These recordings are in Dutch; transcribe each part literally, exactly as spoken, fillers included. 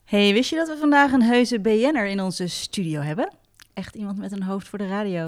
Hey, wist je dat we vandaag een heuse B N'er in onze studio hebben? Echt iemand met een hoofd voor de radio.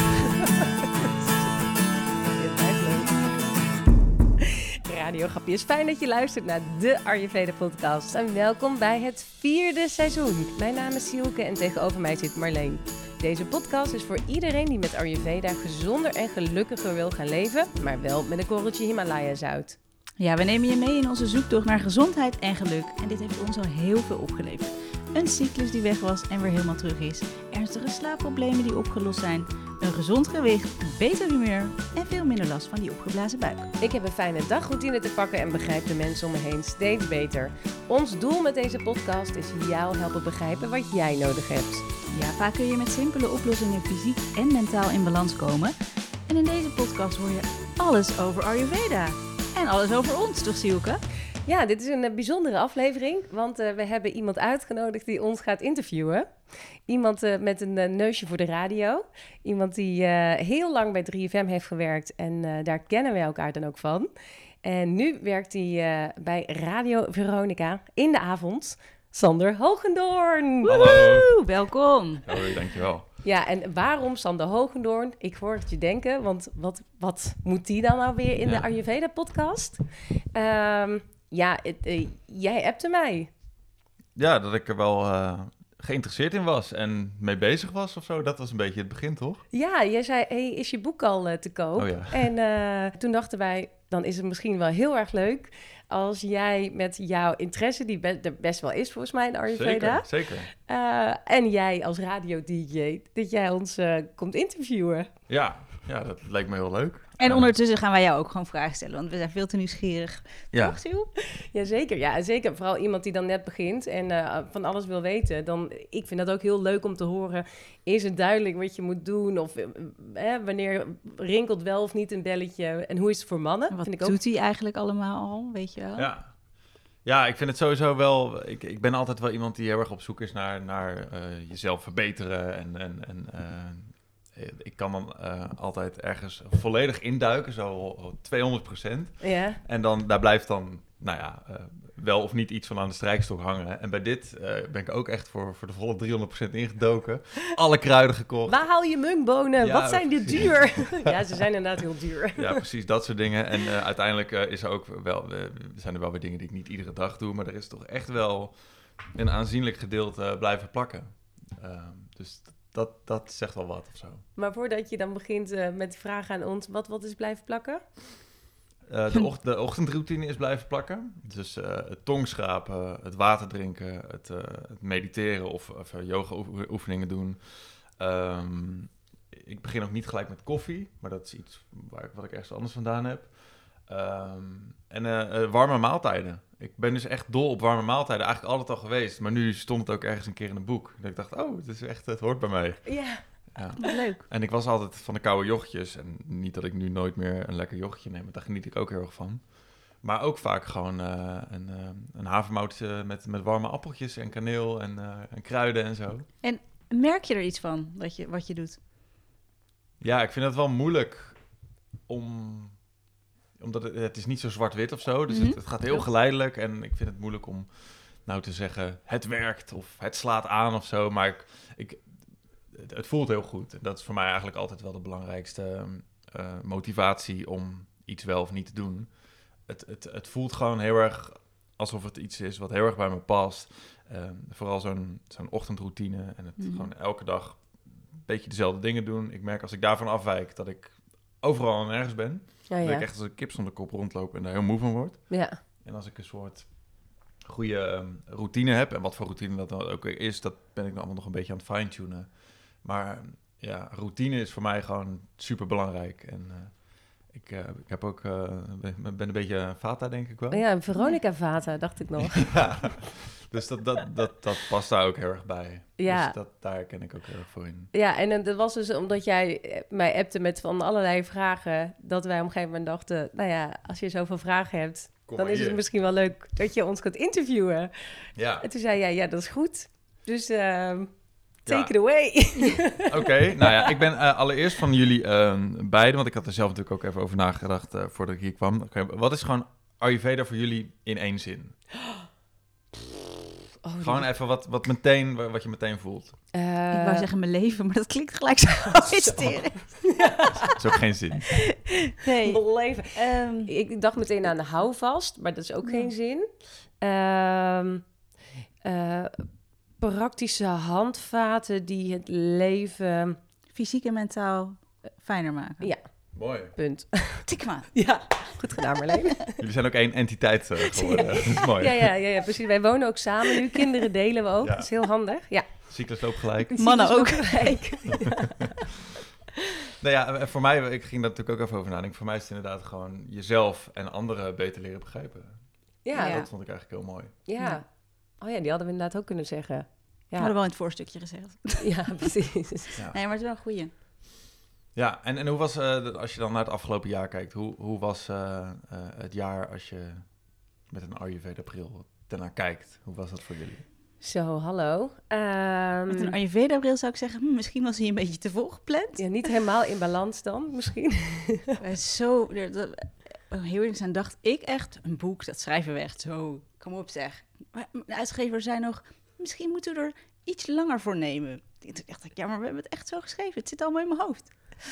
Radiograpjes, fijn dat je luistert naar de Ayurveda podcast. En welkom bij het vierde seizoen. Mijn naam is Sielke en tegenover mij zit Marleen. Deze podcast is voor iedereen die met Ayurveda gezonder en gelukkiger wil gaan leven, maar wel met een korreltje Himalaya zout. Ja, we nemen je mee in onze zoektocht naar gezondheid en geluk. En dit heeft ons al heel veel opgeleverd. Een cyclus die weg was en weer helemaal terug is. Ernstige slaapproblemen die opgelost zijn. Een gezond gewicht, beter humeur en veel minder last van die opgeblazen buik. Ik heb een fijne dagroutine te pakken en begrijp de mensen om me heen steeds beter. Ons doel met deze podcast is jou helpen begrijpen wat jij nodig hebt. Ja, vaak kun je met simpele oplossingen fysiek en mentaal in balans komen. En in deze podcast hoor je alles over Ayurveda. En alles over ons, toch Sielke? Ja, dit is een uh, bijzondere aflevering, want uh, we hebben iemand uitgenodigd die ons gaat interviewen. Iemand uh, met een uh, neusje voor de radio. Iemand die uh, heel lang bij drie F M heeft gewerkt en uh, daar kennen we elkaar dan ook van. En nu werkt hij uh, bij Radio Veronica in de avond. Sander Hogendoorn. Hallo. Woehoe, welkom. Hoi, dankjewel. Ja, en waarom Sander Hogendoorn? Ik hoor het je denken, want wat, wat moet die dan nou weer in Ja. de Ayurveda-podcast? Um, ja, het, uh, jij appte mij. Ja, dat ik er wel uh, geïnteresseerd in was en mee bezig was of zo. Dat was een beetje het begin, toch? Ja, jij zei, hey, is je boek al uh, te koop? Oh ja. En uh, toen dachten wij, dan is het misschien wel heel erg leuk als jij met jouw interesse, die be- er best wel is volgens mij in Ayurveda. Zeker, zeker. Uh, en jij als radio-D J, dat jij ons uh, komt interviewen. Ja, ja, dat leek me heel leuk. En Uh, ondertussen gaan wij jou ook gewoon vragen stellen, want we zijn veel te nieuwsgierig. Ja, Toch, Siel? Jazeker, ja, zeker. Vooral iemand die dan net begint en uh, van alles wil weten. Dan, ik vind dat ook heel leuk om te horen. Is het duidelijk wat je moet doen? Of uh, eh, wanneer rinkelt wel of niet een belletje? En hoe is het voor mannen? Wat vind ik ook. doet hij eigenlijk allemaal al, weet je wel? ja. Ja, ik vind het sowieso wel... Ik, ik ben altijd wel iemand die heel erg op zoek is naar, naar uh, jezelf verbeteren. En, en, en uh, ik kan dan uh, altijd ergens volledig induiken, zo tweehonderd procent. Ja. En dan, daar blijft dan, nou ja, uh, wel of niet iets van aan de strijkstok hangen. En bij dit uh, ben ik ook echt voor, voor de volle driehonderd procent ingedoken. Alle kruiden gekocht. Waar haal je mungbonen? Ja, Wat zijn die precies. duur? Ja, ze zijn inderdaad heel duur. Ja, precies, dat soort dingen. En uh, uiteindelijk uh, is er ook wel, uh, zijn er wel weer dingen die ik niet iedere dag doe. Maar er is toch echt wel een aanzienlijk gedeelte uh, blijven plakken. Uh, dus dat, dat zegt wel wat of zo. Maar voordat je dan begint uh, met vragen aan ons, wat, wat is blijven plakken? Uh, de, ocht- de ochtendroutine is blijven plakken. Dus uh, het tongschrapen, het water drinken, het, uh, het mediteren of, of uh, yoga-oefeningen doen. Um, ik begin ook niet gelijk met koffie, maar dat is iets waar ik, wat ik ergens anders vandaan heb. Um, en uh, uh, warme maaltijden. Ik ben dus echt dol op warme maaltijden, eigenlijk altijd al geweest. Maar nu stond het ook ergens een keer in een boek. Dat ik dacht, oh, het is echt, het hoort bij mij. Ja. Ja. Wat leuk. En ik was altijd van de koude yoghurtjes. En niet dat ik nu nooit meer een lekker yoghurtje neem. Daar geniet ik ook heel erg van. Maar ook vaak gewoon uh, een, uh, een havermout uh, met, met warme appeltjes en kaneel en, uh, en kruiden en zo. En merk je er iets van, dat je, wat je doet? Ja, ik vind het wel moeilijk om... Omdat het, het is niet zo zwart-wit of zo. Dus Mm-hmm. het, het gaat heel geleidelijk. En ik vind het moeilijk om nou te zeggen... het werkt of het slaat aan of zo. Maar ik... ik Het, het voelt heel goed. En dat is voor mij eigenlijk altijd wel de belangrijkste uh, motivatie om iets wel of niet te doen. Het, het, het voelt gewoon heel erg alsof het iets is wat heel erg bij me past. Uh, vooral zo'n, zo'n ochtendroutine en het Mm-hmm. gewoon elke dag een beetje dezelfde dingen doen. Ik merk als ik daarvan afwijk dat ik overal en ergens ben. Oh, Dat ja. ik echt als een kip zonder kop rondloop en daar heel moe van word. Ja. En als ik een soort goede um, routine heb, en wat voor routine dat dan ook is, dat ben ik dan allemaal nog een beetje aan het fine-tunen. Maar ja, routine is voor mij gewoon super belangrijk. En uh, ik, uh, ik heb ook, uh, ben een beetje Vata, denk ik wel. Oh ja, Veronica Vata, dacht ik nog. Ja, dus dat, dat, dat, dat past daar ook heel erg bij. Ja. Dus dat, daar ken ik ook heel erg voor in. Ja, en uh, dat was dus omdat jij mij appte met van allerlei vragen, dat wij op een gegeven moment dachten, nou ja, als je zoveel vragen hebt, Kom dan maar is het hier. misschien wel leuk dat je ons gaat interviewen. Ja, En toen zei jij, ja, dat is goed. Dus uh, take Ja. it away. oké. Okay, nou ja, ik ben uh, allereerst van jullie uh, beiden, want ik had er zelf natuurlijk ook even over nagedacht uh, voordat ik hier kwam. Okay, wat is gewoon Ayurveda voor jullie in één zin? Oh, Gewoon die... even wat, wat meteen, wat je meteen voelt. Uh, Ik wou zeggen mijn leven, maar dat klinkt gelijk zo hysterisch. Dat is ook geen zin. Nee. Mijn leven. Um, Ik dacht meteen aan de houvast, maar dat is ook Ja. geen zin. Um, uh, praktische handvaten die het leven... fysiek en mentaal fijner maken. Ja. Mooi. Punt. Tik maar. Ja, goed gedaan Marleen. Jullie zijn ook één entiteit uh, geworden. Ja. Dat is mooi. Ja, ja, ja, ja, precies. Wij wonen ook samen nu. Kinderen delen we ook. Ja. Dat is heel handig. Ja. Cyclus loopt gelijk. Mannen ook. Gelijk. Nou ja, voor mij, ik ging daar natuurlijk ook even over nadenken. Voor mij is het inderdaad gewoon jezelf en anderen beter leren begrijpen. Ja, Ja. Dat vond ik eigenlijk heel mooi. ja. Ja. Oh ja, die hadden we inderdaad ook kunnen zeggen. We hadden Ja, wel in het voorstukje gezegd. ja precies. Ja, Nee, maar het is wel een goeie. ja en, en hoe was, uh, de- als je dan naar het afgelopen jaar kijkt, hoe, hoe was uh, uh, het jaar als je met een Ayurveda-bril ernaar kijkt? Hoe was dat voor jullie? Zo, hallo. Um, Met een Ayurveda-bril zou ik zeggen, hm, misschien was hij een beetje te vol gepland. ja, niet helemaal in balans dan, misschien. Uh, zo, er- dat- uh, heel eerlijk zijn, dacht ik echt, een boek, dat schrijven we echt zo. Kom op zeg. Maar de uitgever zei nog, misschien moeten we er iets langer voor nemen. Toen dacht ik, ja, maar we hebben het echt zo geschreven. Het zit allemaal in mijn hoofd.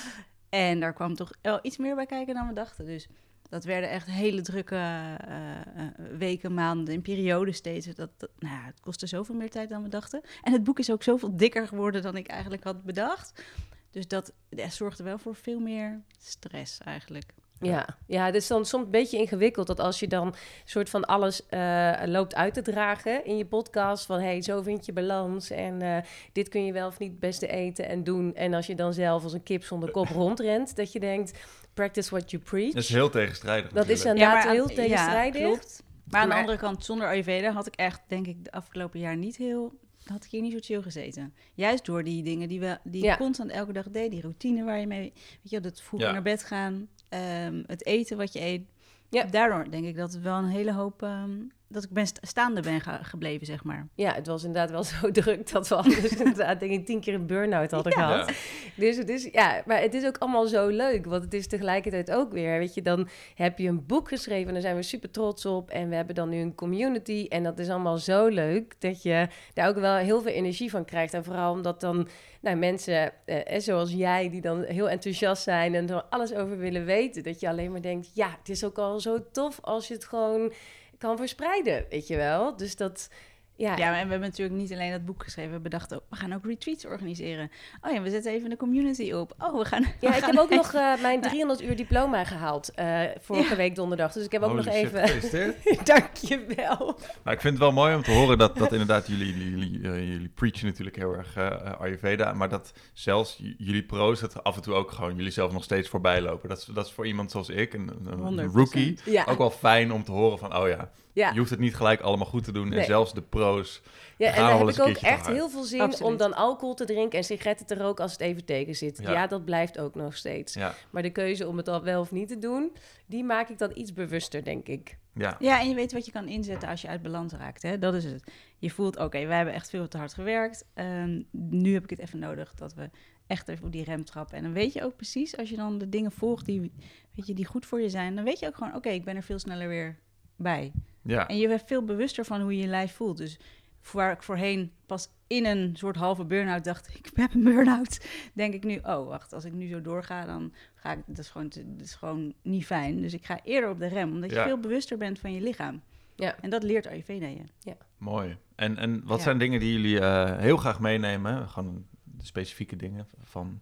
En daar kwam toch wel iets meer bij kijken dan we dachten. Dus dat werden echt hele drukke uh, uh, weken, maanden, in perioden steeds. Dat, dat, nou ja, het kostte zoveel meer tijd dan we dachten. En het boek is ook zoveel dikker geworden dan ik eigenlijk had bedacht. Dus dat ja, zorgde wel voor veel meer stress eigenlijk. Ja, ja, het is dan soms een beetje ingewikkeld dat als je dan soort van alles uh, loopt uit te dragen in je podcast van hey, zo vind je balans en uh, dit kun je wel of niet het beste eten en doen. En als je dan zelf als een kip zonder kop rondrent, dat je denkt, practice what you preach. Dat is heel tegenstrijdig Dat is natuurlijk. inderdaad maar aan- heel tegenstrijdig. Ja, klopt. Maar aan de Maar- andere kant, zonder Ayurveda had ik echt, denk ik, de afgelopen jaar niet heel... had ik hier niet zo chill gezeten. Juist door die dingen die we die Ja. ik constant elke dag deed. Die routine waar je mee... Weet je, dat vroeg Ja. naar bed gaan. Um, het eten wat je eet. Ja. Daardoor denk ik dat het wel een hele hoop... Um, dat ik ben sta- staande ben ga- gebleven, zeg maar. Ja, het was inderdaad wel zo druk dat we anders inderdaad denk ik tien keer een burn-out hadden Ja. gehad. Ja. Dus het is, ja, maar het is ook allemaal zo leuk, want het is tegelijkertijd ook weer, weet je, dan heb je een boek geschreven en daar zijn we super trots op en we hebben dan nu een community en dat is allemaal zo leuk dat je daar ook wel heel veel energie van krijgt en vooral omdat dan, nou, mensen eh, zoals jij die dan heel enthousiast zijn en er alles over willen weten, dat je alleen maar denkt, ja, het is ook al zo tof als je het gewoon kan verspreiden, weet je wel. Dus dat, ja. Ja, en we hebben natuurlijk niet alleen dat boek geschreven. We bedachten, ook, we gaan ook retreats organiseren. Oh ja, we zetten even de community op. Oh, we gaan... we Ja, ik gaan heb ook even- nog uh, mijn driehonderd uur diploma gehaald uh, vorige Ja. week donderdag. Dus ik heb ook Holy nog shit, even... gefeliciteerd. Dankjewel. Nou, ik vind het wel mooi om te horen dat, dat inderdaad jullie, jullie, uh, jullie preachen natuurlijk heel erg uh, Ayurveda, maar dat zelfs j- jullie pro's dat af en toe ook gewoon jullie zelf nog steeds voorbij lopen. Dat is, dat is voor iemand zoals ik, een, een honderd rookie, procent. Ja, ook wel fijn om te horen van, oh ja, ja. je hoeft het niet gelijk allemaal goed te doen. En Nee. zelfs de pro's ja gaan en wel dan heb eens ik een ook keertje te echt hard. heel veel zin Absoluut. om dan alcohol te drinken en sigaretten te roken als het even tegen zit. Ja. Ja, dat blijft ook nog steeds. Ja, Maar de keuze om het al wel of niet te doen, die maak ik dan iets bewuster, denk ik. ja. Ja, en je weet wat je kan inzetten als je uit balans raakt. Hè? Dat is het. Je voelt, oké, wij hebben echt veel te hard gewerkt. Um, nu heb ik het even nodig dat we echt even op die rem trappen. En dan weet je ook precies, als je dan de dingen volgt die, weet je, die goed voor je zijn, dan weet je ook gewoon, oké, ik ben er veel sneller weer bij. ja. En je bent veel bewuster van hoe je je lijf voelt. Dus waar ik voorheen pas in een soort halve burn-out dacht, ik heb een burn-out, denk ik nu, oh wacht, als ik nu zo doorga, dan ga ik, dat is gewoon, te, dat is gewoon niet fijn. Dus ik ga eerder op de rem, omdat je Ja. veel bewuster bent van je lichaam. Ja. En dat leert Ayurveda je. Mooi. En, en wat Ja. zijn dingen die jullie uh, heel graag meenemen? Gewoon de specifieke dingen van,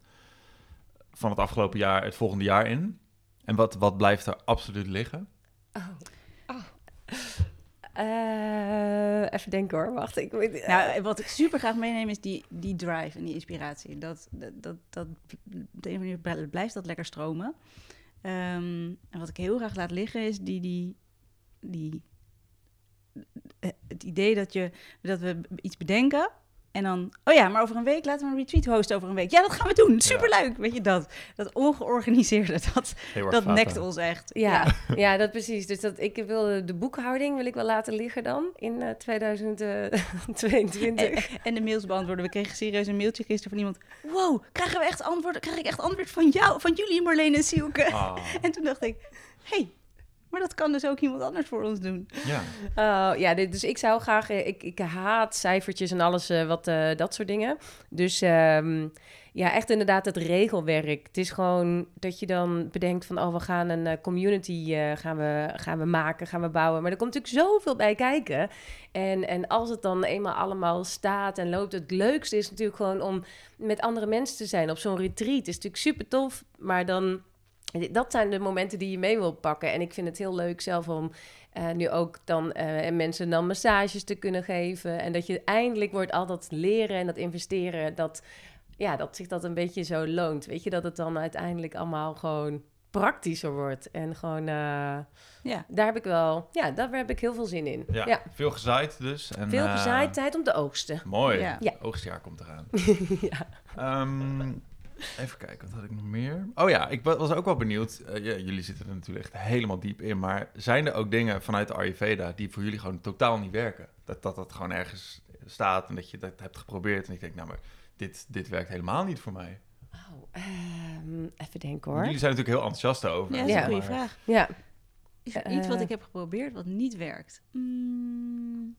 van het afgelopen jaar, het volgende jaar in. En wat, wat blijft er absoluut liggen? Oh. Oh. Uh, even denken hoor, wacht. Ik weet, uh. Nou, wat ik super graag meeneem is die, die drive en die inspiratie. Dat, dat, dat, dat, op de een of andere manier blijft dat lekker stromen. Um, en wat ik heel graag laat liggen is die, die, die, het idee dat, je, dat we iets bedenken. En dan, oh ja, maar over een week laten we een retreat hosten over een week. Ja, dat gaan we doen. Superleuk. Weet je dat? Dat ongeorganiseerde, dat, Heel erg dat vaten. nekt ons echt. Ja, ja. ja, dat precies. Dus dat, ik wil de boekhouding wil ik wel laten liggen dan in uh, tweeduizend tweeëntwintig. En, en de mails beantwoorden. We kregen serieus een mailtje gisteren van iemand. Wow, krijgen we echt antwoord? Krijg ik echt antwoord van jou, van jullie, Marleen en Sielke? Ah. En toen dacht ik, hey, Maar dat kan dus ook iemand anders voor ons doen. Ja. Uh, ja, dit, dus ik zou graag... uh, Ik, ik haat cijfertjes en alles, uh, wat uh, dat soort dingen. Dus um, ja, echt inderdaad het regelwerk. Het is gewoon dat je dan bedenkt van... oh, we gaan een uh, community uh, gaan we, gaan we maken, gaan we bouwen. Maar er komt natuurlijk zoveel bij kijken. En, en als het dan eenmaal allemaal staat en loopt... het leukste is natuurlijk gewoon om met andere mensen te zijn. Op zo'n retreat is natuurlijk super tof, maar dan... Dat zijn de momenten die je mee wil pakken. En ik vind het heel leuk zelf om uh, nu ook dan uh, mensen dan massages te kunnen geven. En dat je eindelijk wordt al dat leren en dat investeren, dat, ja, dat zich dat een beetje zo loont. Weet je, dat het dan uiteindelijk allemaal gewoon praktischer wordt. En gewoon, uh, ja, daar heb ik wel, ja, daar heb ik heel veel zin in. Ja, ja. Veel gezaaid dus. En, veel uh, gezaaid, tijd om te oogsten. Mooi, ja. Ja. Oogstjaar komt eraan. ja. Um, Even kijken, wat had ik nog meer? Oh ja, ik was ook wel benieuwd. Uh, ja, jullie zitten er natuurlijk echt helemaal diep in. Maar zijn er ook dingen vanuit de Ayurveda die voor jullie gewoon totaal niet werken? Dat dat, dat gewoon ergens staat en dat je dat hebt geprobeerd. En ik denk, nou maar, dit, dit werkt helemaal niet voor mij. Oh, um, even denken hoor. Jullie zijn natuurlijk heel enthousiast over. Ja, dat is ja. een goede vraag. Ja. Is er iets wat ik heb geprobeerd wat niet werkt? Mm.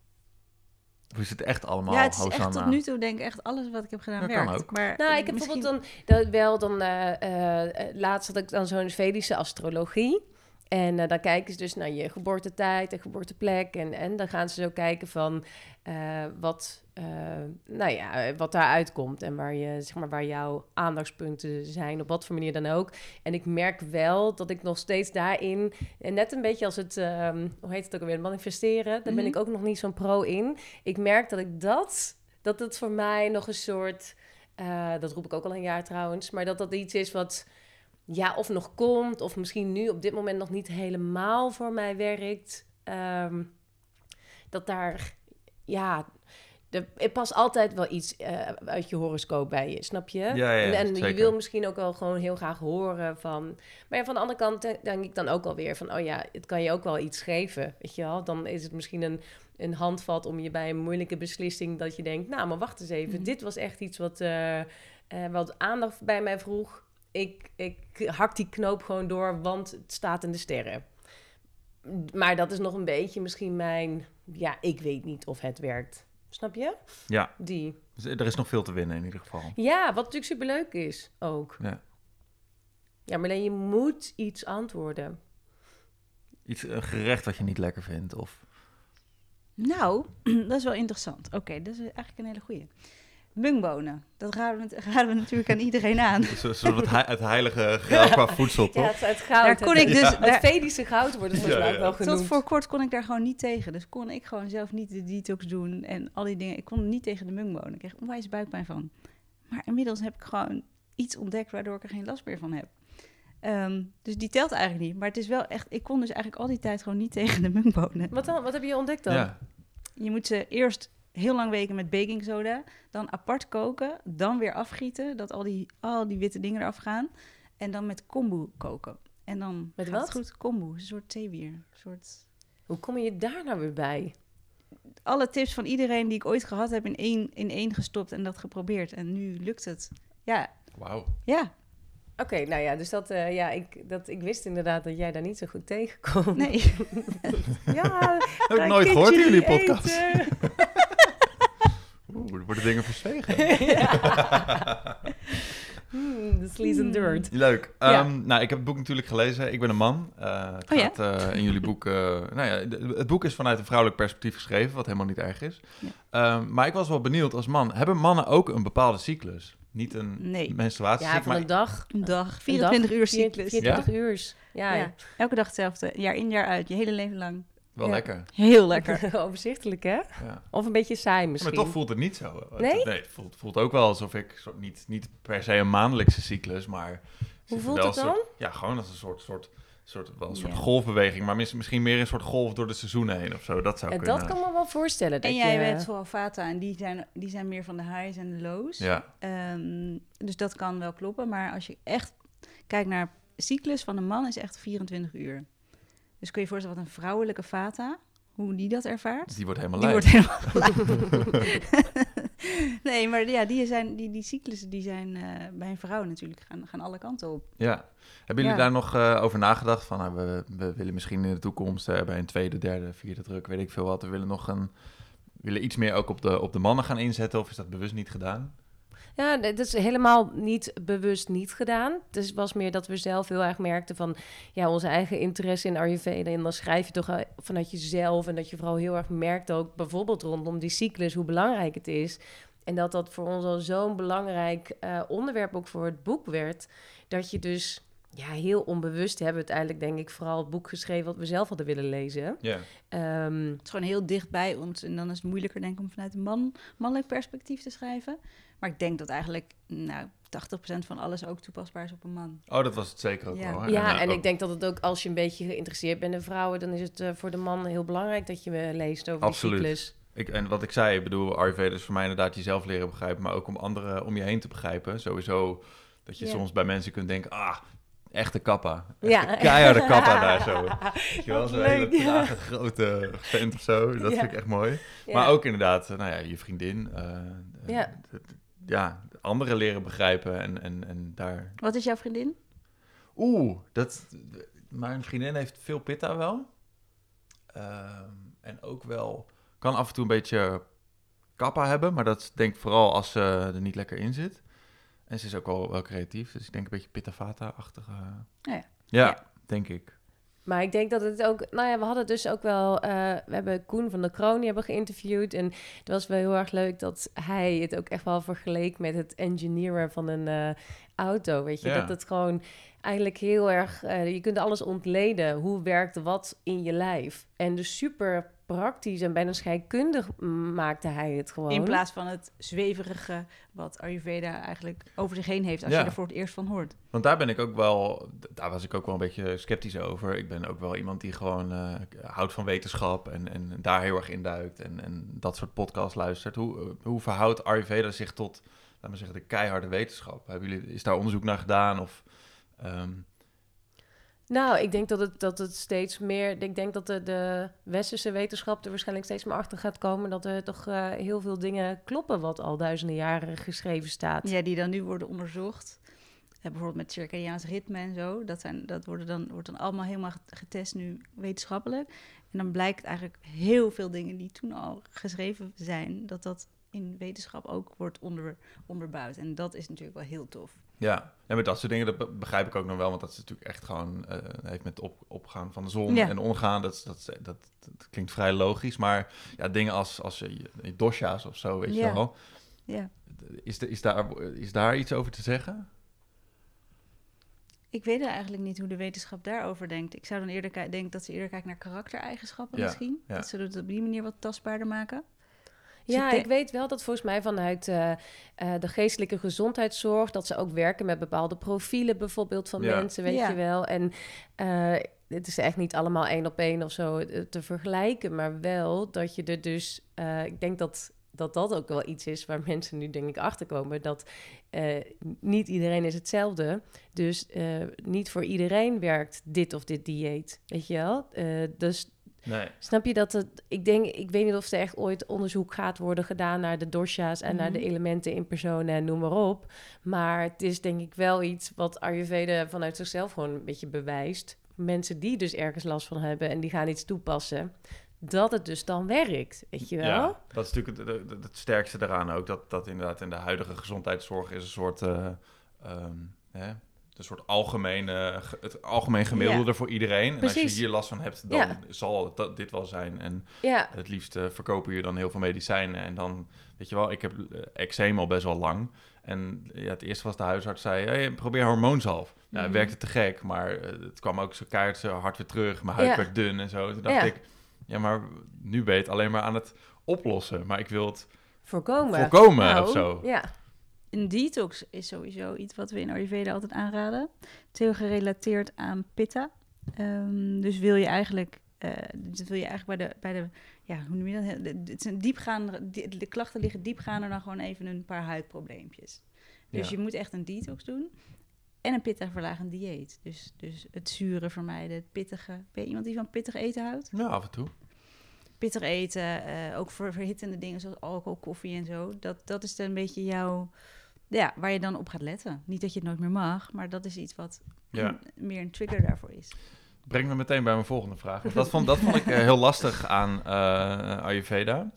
Hoe is het echt allemaal? Ja, het is Hosanna? echt tot nu toe denk ik echt alles wat ik heb gedaan dat werkt. Kan ook. Maar nou, ik heb misschien... bijvoorbeeld dan, dan wel dan uh, uh, laatst had ik dan zo'n Vedische astrologie. En uh, dan kijken ze dus naar je geboortetijd en geboorteplek. En, en dan gaan ze zo kijken van uh, wat, uh, nou ja, wat daaruit komt. En waar, je, zeg maar, waar jouw aandachtspunten zijn, op wat voor manier dan ook. En ik merk wel dat ik nog steeds daarin... En net een beetje als het, um, hoe heet het ook alweer, manifesteren. Daar mm-hmm. ben ik ook nog niet zo'n pro in. Ik merk dat ik dat, dat het voor mij nog een soort... Uh, dat roep ik ook al een jaar trouwens. Maar dat dat iets is wat... ja, of nog komt, of misschien nu op dit moment nog niet helemaal voor mij werkt. Um, dat daar, ja, er, er past altijd wel iets uh, uit je horoscoop bij je, snap je? Ja, ja, en en zeker. Je wil misschien ook wel gewoon heel graag horen van... Maar ja, van de andere kant denk ik dan ook alweer van... oh ja, het kan je ook wel iets geven, weet je wel? Dan is het misschien een, een handvat om je bij een moeilijke beslissing... dat je denkt, nou, maar wacht eens even. Mm-hmm. Dit was echt iets wat, uh, uh, wat aandacht bij mij vroeg... Ik, ik hak die knoop gewoon door, want het staat in de sterren. Maar dat is nog een beetje misschien mijn... Ja, ik weet niet of het werkt. Snap je? Ja. Die. Dus er is nog veel te winnen in ieder geval. Ja, wat natuurlijk superleuk is ook. Ja. Ja, maar alleen je moet iets antwoorden. Iets, een gerecht wat je niet lekker vindt, of... Nou, dat is wel interessant. Oké, okay, dat is eigenlijk een hele goeie. Mungbonen, dat raden we, raden we natuurlijk aan iedereen aan. Zo, zo het, he- het heilige goud qua voedsel, toch? Ja, het, het goud. Daar kon het, ik dus, ja. daar, het Vedische goud wordt het volgens mij ja, ja. wel genoemd. Tot voor kort kon ik daar gewoon niet tegen. Dus kon ik gewoon zelf niet de detox doen en al die dingen. Ik kon niet tegen de mungbonen. Ik kreeg onwijs buikpijn van. Maar inmiddels heb ik gewoon iets ontdekt waardoor ik er geen last meer van heb. Um, dus die telt eigenlijk niet. Maar het is wel echt... Ik kon dus eigenlijk al die tijd gewoon niet tegen de mungbonen. Wat dan? Wat heb je ontdekt dan? Ja. Je moet ze eerst... heel lang weken met baking soda, dan apart koken, dan weer afgieten, dat al die, al die witte dingen eraf gaan. En dan met kombu koken. En dan met gaat wat? Het goed. Kombu, een soort zeewier. Een soort... Hoe kom je daar nou weer bij? Alle tips van iedereen die ik ooit gehad heb in één, in één gestopt en dat geprobeerd. En nu lukt het. Ja. Wauw. Ja. Oké, okay, nou ja, dus dat, uh, ja, ik, dat, ik wist inderdaad dat jij daar niet zo goed tegen kon. Nee. Ja, heb ik nooit gehoord in jullie podcast. Oeh, er worden dingen verzwegen. Ja. Hmm, the sleaze and dirt. Leuk. Um, ja. Nou, ik heb het boek natuurlijk gelezen. Ik ben een man. Uh, het oh, gaat ja? uh, in jullie boek... Uh, nou ja, de, het boek is vanuit een vrouwelijk perspectief geschreven, wat helemaal niet erg is. Ja. Um, maar ik was wel benieuwd als man. Hebben mannen ook een bepaalde cyclus? Niet een nee. menstruatiecyclus, ja, van maar... een dag. Een dag. vierentwintig uur cyclus. vierentwintig ja? uur. Ja, ja. Elke dag hetzelfde. Jaar in, jaar uit. Je hele leven lang. Wel ja. lekker. Heel lekker. Overzichtelijk, hè? Ja. Of een beetje saai misschien. Ja, maar toch voelt het niet zo. Nee? Het, nee, het voelt, voelt ook wel alsof ik... Soort, niet, niet per se een maandelijkse cyclus, maar... Hoe voelt wel het dan? Soort, ja, gewoon als een soort... soort soort, wel een soort ja. golfbeweging, maar mis, misschien meer een soort golf door de seizoenen heen of zo. Dat zou ja, kunnen. Dat kan me wel voorstellen. Dat en jij je... bent vooral Vata en die zijn, die zijn meer van de highs en de lows. Ja. Um, dus dat kan wel kloppen. Maar als je echt kijkt naar cyclus van een man, is echt vierentwintig uur. Dus kun je je voorstellen wat een vrouwelijke Vata, hoe die dat ervaart? Die wordt helemaal Die lijp. wordt helemaal lijp. Nee, Nee, maar ja, die, zijn, die, die cyclussen die zijn uh, bij een vrouw natuurlijk gaan, gaan alle kanten op. Ja. Hebben jullie Ja. daar nog uh, over nagedacht? Van, uh, we, we willen misschien in de toekomst uh, bij een tweede, derde, vierde druk, weet ik veel wat. We willen nog een, willen iets meer ook op de, op de mannen gaan inzetten, of is dat bewust niet gedaan? Ja, dat is helemaal niet bewust niet gedaan. Dus het was meer dat we zelf heel erg merkten van... ja, onze eigen interesse in Ayurveda. En dan schrijf je toch vanuit jezelf. En dat je vooral heel erg merkt ook bijvoorbeeld rondom die cyclus... hoe belangrijk het is. En dat dat voor ons al zo'n belangrijk uh, onderwerp ook voor het boek werd... dat je dus... ja, heel onbewust hebben we uiteindelijk denk ik vooral het boek geschreven... wat we zelf hadden willen lezen. Yeah. Um, het is gewoon heel dicht bij ons. En dan is het moeilijker denk ik om vanuit een man, mannelijk perspectief te schrijven... Maar ik denk dat eigenlijk nou, tachtig procent van alles ook toepasbaar is op een man. Oh, dat was het zeker ook ja. wel. Hè? Ja, en, en ook... ik ik denk dat het ook als je een beetje geïnteresseerd bent in vrouwen... dan is het uh, voor de man heel belangrijk dat je uh, leest over Absoluut. die cyclus. Ik, en wat ik zei, ik bedoel, Ayurveda is voor mij inderdaad jezelf leren begrijpen... maar ook om anderen om je heen te begrijpen. Sowieso dat je ja. soms bij mensen kunt denken... ah, echte kappa. Echte ja. keiharde kappa daar zo. Weet je wel, zo'n hele trage, grote vent of zo. Dat ja. vind ik echt mooi. Ja. Maar ook inderdaad, nou ja, je vriendin... Uh, ja. Uh, ja, anderen leren begrijpen en, en, en daar... Wat is jouw vriendin? Oeh, dat... Mijn vriendin heeft veel pitta wel. Uh, en ook wel... Kan af en toe een beetje kappa hebben, maar dat denk ik vooral als ze er niet lekker in zit. En ze is ook wel, wel creatief, dus ik denk een beetje pitta vata-achtige... Oh ja. Ja, ja, denk ik. Maar ik denk dat het ook... Nou ja, we hadden dus ook wel... Uh, we hebben Koen van der Kroon, die hebben geïnterviewd. En het was wel heel erg leuk dat hij het ook echt wel vergeleek... met het engineeren van een uh, auto, weet je. Ja. Dat het gewoon eigenlijk heel erg... Uh, je kunt alles ontleden. Hoe werkt wat in je lijf? En dus super praktisch en bijna scheikundig maakte hij het gewoon. In plaats van het zweverige wat Ayurveda eigenlijk over zich heen heeft... als ja. je er voor het eerst van hoort. Want daar ben ik ook wel... Daar was ik ook wel een beetje sceptisch over. Ik ben ook wel iemand die gewoon uh, houdt van wetenschap... En, en daar heel erg induikt en, en dat soort podcasts luistert. Hoe, uh, hoe verhoudt Ayurveda zich tot, laat maar zeggen, de keiharde wetenschap? Hebben jullie, is daar onderzoek naar gedaan of... Um... Nou, ik denk dat het, dat het steeds meer... Ik denk dat de, de westerse wetenschap er waarschijnlijk steeds meer achter gaat komen... dat er toch uh, heel veel dingen kloppen wat al duizenden jaren geschreven staat. Ja, die dan nu worden onderzocht. Ja, bijvoorbeeld met circadiaans ritme en zo. Dat, zijn, dat worden dan, wordt dan allemaal helemaal getest nu wetenschappelijk. En dan blijkt eigenlijk heel veel dingen die toen al geschreven zijn... dat dat in wetenschap ook wordt onder, onderbouwd. En dat is natuurlijk wel heel tof. Ja, en met dat soort dingen, dat begrijp ik ook nog wel... want dat is natuurlijk echt gewoon... Uh, heeft met op, opgaan van de zon ja. en ondergaan... Dat, dat, dat, dat klinkt vrij logisch. Maar ja, dingen als, als uh, dosha's of zo, weet ja. je wel... Ja. Is, de, is, daar, is daar iets over te zeggen? Ik weet eigenlijk niet hoe de wetenschap daarover denkt. Ik zou dan eerder k- denken dat ze eerder kijken naar karaktereigenschappen ja. misschien. Ja. Dat ze het op die manier wat tastbaarder maken. Ja, ik weet wel dat volgens mij vanuit uh, uh, de geestelijke gezondheidszorg... dat ze ook werken met bepaalde profielen bijvoorbeeld van ja. mensen, weet ja. je wel. En uh, het is echt niet allemaal één op één of zo te vergelijken... maar wel dat je er dus... Uh, ik denk dat... dat dat ook wel iets is waar mensen nu denk ik achterkomen. Dat uh, niet iedereen is hetzelfde. Dus uh, niet voor iedereen werkt dit of dit dieet. Weet je wel? Uh, dus nee. Snap je dat het... Ik denk, ik weet niet of er echt ooit onderzoek gaat worden gedaan... naar de dosha's en mm-hmm. naar de elementen in personen en noem maar op. Maar het is denk ik wel iets wat Ayurveda vanuit zichzelf gewoon een beetje bewijst. Mensen die dus ergens last van hebben en die gaan iets toepassen... dat het dus dan werkt, weet je wel? Ja, dat is natuurlijk het, het, het sterkste daaraan ook. Dat, dat inderdaad in de huidige gezondheidszorg is een soort... Uh, um, hè, een soort algemene, het algemeen gemiddelde ja. voor iedereen. En Precies. als je hier last van hebt, dan ja. zal het dit wel zijn. En ja. het liefst uh, verkopen je dan heel veel medicijnen. En dan, weet je wel, ik heb uh, eczeem al best wel lang. En ja, het eerste was de huisarts zei, hey, probeer hormoonzalf. Nou, mm-hmm. Het werkte te gek, maar uh, het kwam ook zo keihard zo hard weer terug. Mijn huid ja. werd dun en zo. Toen dacht ja. ik... Ja, maar nu ben je het alleen maar aan het oplossen. Maar ik wil het voorkomen, voorkomen nou, of zo. Ja. Een detox is sowieso iets wat we in Ayurveda altijd aanraden. Het is heel gerelateerd aan pitta. Um, dus wil je eigenlijk, uh, dus wil je eigenlijk bij de, bij de, ja, hoe noem je dat? Het is een diepgaande, de, de klachten liggen diepgaander dan gewoon even een paar huidprobleempjes. Dus ja. je moet echt een detox doen. En een pitta-verlagend dieet. Dus, dus het zure vermijden, het pittige. Ben je iemand die van pittig eten houdt? Ja, af en toe. pittig eten, uh, ook voor verhittende dingen zoals alcohol, koffie en zo. Dat, dat is dan een beetje jouw, ja, waar je dan op gaat letten. Niet dat je het nooit meer mag, maar dat is iets wat Ja. een, meer een trigger daarvoor is. Breng me meteen bij mijn volgende vraag. Want dat vond, dat vond ik uh, heel lastig aan uh, Ayurveda.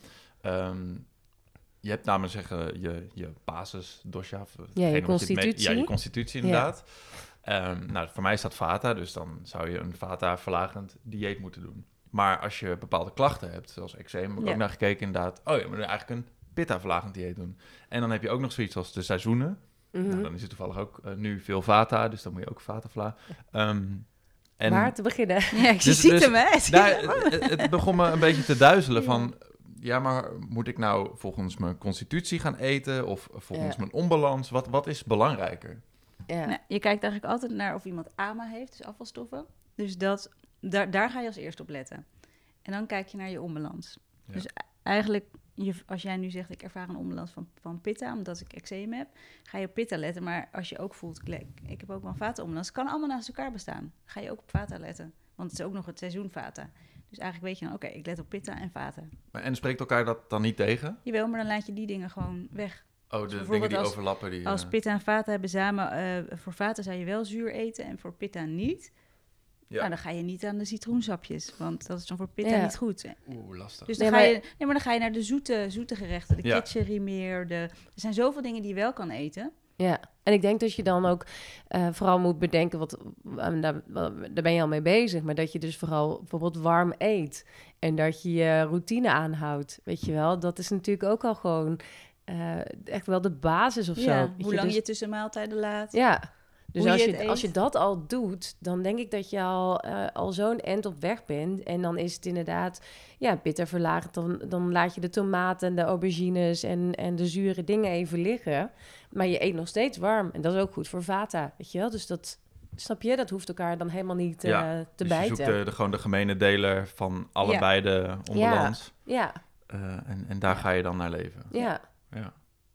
Um, je hebt namelijk zeggen je, je basis dosha. Ja, je constitutie. Je ja, je constitutie inderdaad. Ja. Um, nou, voor mij is dat vata, dus dan zou je een vata-verlagend dieet moeten doen. Maar als je bepaalde klachten hebt, zoals eczeem, heb ik Ja. ook naar gekeken inderdaad. Oh ja, maar dan eigenlijk een pitta-verlagend dieet doen. En dan heb je ook nog zoiets als de seizoenen. Mm-hmm. Nou, dan is het toevallig ook uh, nu veel vata, dus dan moet je ook vata verlagen. Um, En, Waar te beginnen? Ja, ik dus, ziet dus, hem, hè? Nou, het, het begon me een beetje te duizelen van... Ja, maar moet ik nou volgens mijn constitutie gaan eten... of volgens ja. mijn onbalans? Wat, wat is belangrijker? Ja. Nou, je kijkt eigenlijk altijd naar of iemand A M A heeft, dus afvalstoffen. Dus dat, daar, daar ga je als eerste op letten. En dan kijk je naar je onbalans. Ja. Dus eigenlijk, je, als jij nu zegt... ik ervaar een onbalans van, van pitta, omdat ik eczeem heb... ga je op pitta letten, maar als je ook voelt... ik, ik heb ook wel een vata-onbalans, het kan allemaal naast elkaar bestaan. Ga je ook op vata letten, want het is ook nog het seizoen vata. Dus eigenlijk weet je dan, oké, okay, ik let op pitta en vata. Maar en spreekt elkaar dat dan niet tegen? Jawel, maar dan laat je die dingen gewoon weg. Oh, de dus dingen die als, overlappen. Die, als pitta en vata hebben samen... Uh, voor vata zou je wel zuur eten en voor pitta niet... Ja. Nou, dan ga je niet aan de citroensapjes, want dat is dan voor pitta ja. niet goed. Oeh, lastig. Dus dan, nee, ga je, nee, maar dan ga je naar de zoete, zoete gerechten, de ja. kitchery meer. De, er zijn zoveel dingen die je wel kan eten. Ja, en ik denk dat je dan ook uh, vooral moet bedenken, wat, uh, daar, daar ben je al mee bezig, maar dat je dus vooral bijvoorbeeld warm eet en dat je je routine aanhoudt, weet je wel. Dat is natuurlijk ook al gewoon uh, echt wel de basis of ja, zo. Hoe je lang dus, je tussen maaltijden laat. Ja. Dus Hoe als je, je, als je dat al doet, dan denk ik dat je al, uh, al zo'n end op weg bent. En dan is het inderdaad, ja, bitter verlaagd. Dan, dan laat je de tomaten en de aubergines en, en de zure dingen even liggen. Maar je eet nog steeds warm. En dat is ook goed voor vata, weet je wel. Dus dat, snap je, dat hoeft elkaar dan helemaal niet uh, ja, te dus bijten. je zoekt de, de, gewoon de gemene deler van allebei ja. de onbalans. Ja, ja. Uh, en, en daar ja. ga je dan naar leven. Ja. Ja.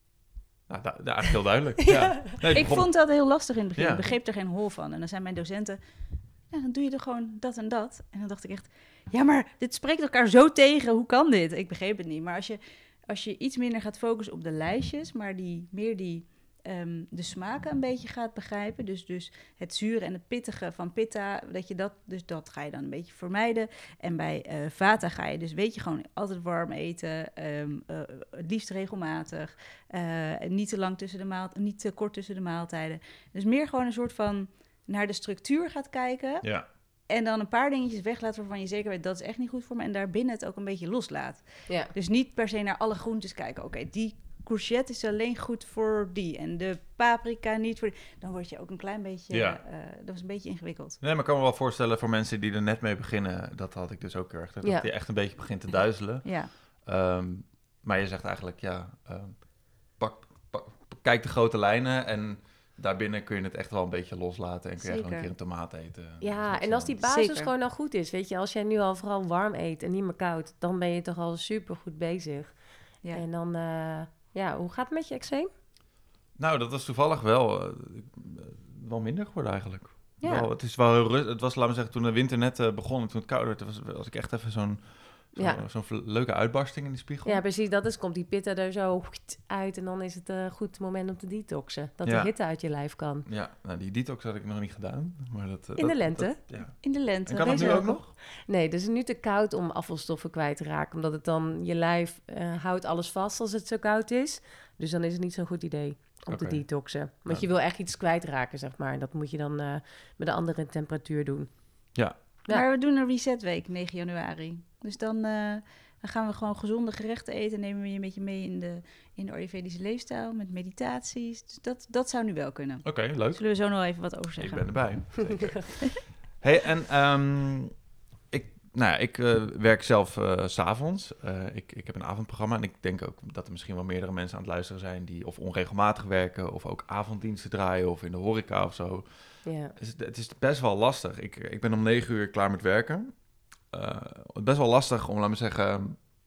Nou, da- da- eigenlijk heel duidelijk. ja. Ja. Nee, ik begon... vond dat heel lastig in het begin. Ja. Ik begreep er geen hol van. En dan zijn mijn docenten... Ja, dan doe je er gewoon dat en dat. En dan dacht ik echt... Ja, maar dit spreekt elkaar zo tegen. Hoe kan dit? Ik begreep het niet. Maar als je, als je iets minder gaat focussen op de lijstjes... maar die, meer die, um, de smaken een beetje gaat begrijpen... Dus, dus het zure en het pittige van pitta... Dat je dat, dus dat ga je dan een beetje vermijden. En bij uh, vata ga je dus, weet je, gewoon altijd warm eten... Um, uh, het liefst regelmatig... Uh, niet te lang tussen de maal, niet te kort tussen de maaltijden. Dus meer gewoon een soort van naar de structuur gaat kijken. Ja. En dan een paar dingetjes weglaat waarvan je zeker weet dat is echt niet goed voor me. En daarbinnen het ook een beetje loslaat. Ja. Dus niet per se naar alle groentes kijken. Oké, okay, die courgette is alleen goed voor die. En de paprika niet voor die. Dan word je ook een klein beetje... Ja. Uh, dat was een beetje ingewikkeld. Nee, maar ik kan me wel voorstellen voor mensen die er net mee beginnen... Dat had ik dus ook heel erg. Dat ja. je echt een beetje begint te duizelen. Ja. Um, maar je zegt eigenlijk, ja... Um, Pak, pak, kijk de grote lijnen en daarbinnen kun je het echt wel een beetje loslaten. En kun je Zeker. gewoon een keer een tomaat eten. Ja, en als die basis Zeker. gewoon al goed is, weet je. Als jij nu al vooral warm eet en niet meer koud, dan ben je toch al super goed bezig. Ja. En dan, uh, ja, hoe gaat het met je eczeem? Nou, dat was toevallig wel, uh, wel minder geworden eigenlijk. Ja. Wel, het is wel heel rustig. Het was, laten we zeggen, toen de winter net uh, begon en toen het koud werd, was, was ik echt even zo'n... Zo, ja. Zo'n leuke uitbarsting in de spiegel. Ja, precies. Dat is, komt die pitta er zo uit en dan is het een goed moment om te detoxen. Dat ja. de hitte uit je lijf kan. Ja, nou die detox had ik nog niet gedaan. Maar dat, in dat, de lente? Dat, ja. In de lente. En kan dat nu ook nog? Nee, het is nu te koud om afvalstoffen kwijt te raken. Omdat het dan, je lijf uh, houdt alles vast als het zo koud is. Dus dan is het niet zo'n goed idee om okay. te detoxen. Want ja. je wil echt iets kwijtraken, zeg maar. Dat moet je dan uh, met een andere temperatuur doen. Ja. Ja. Maar we doen een resetweek negen januari. Dus dan... Uh, Dan gaan we gewoon gezonde gerechten eten. Nemen we je een beetje mee in de, in de Ayurvedische leefstijl. Met meditaties. Dus dat, dat zou nu wel kunnen. Oké, okay, leuk. Zullen we zo nog even wat over zeggen? Ik ben erbij. Zeker. Hey, en um, ik, nou ja, ik uh, werk zelf uh, 's avonds. Uh, ik, ik heb een avondprogramma. En ik denk ook dat er misschien wel meerdere mensen aan het luisteren zijn... die of onregelmatig werken... of ook avonddiensten draaien... of in de horeca of zo. Ja. Het, is, het is best wel lastig. Ik, ik ben om negen uur klaar met werken... Uh, best wel lastig om, laat me zeggen,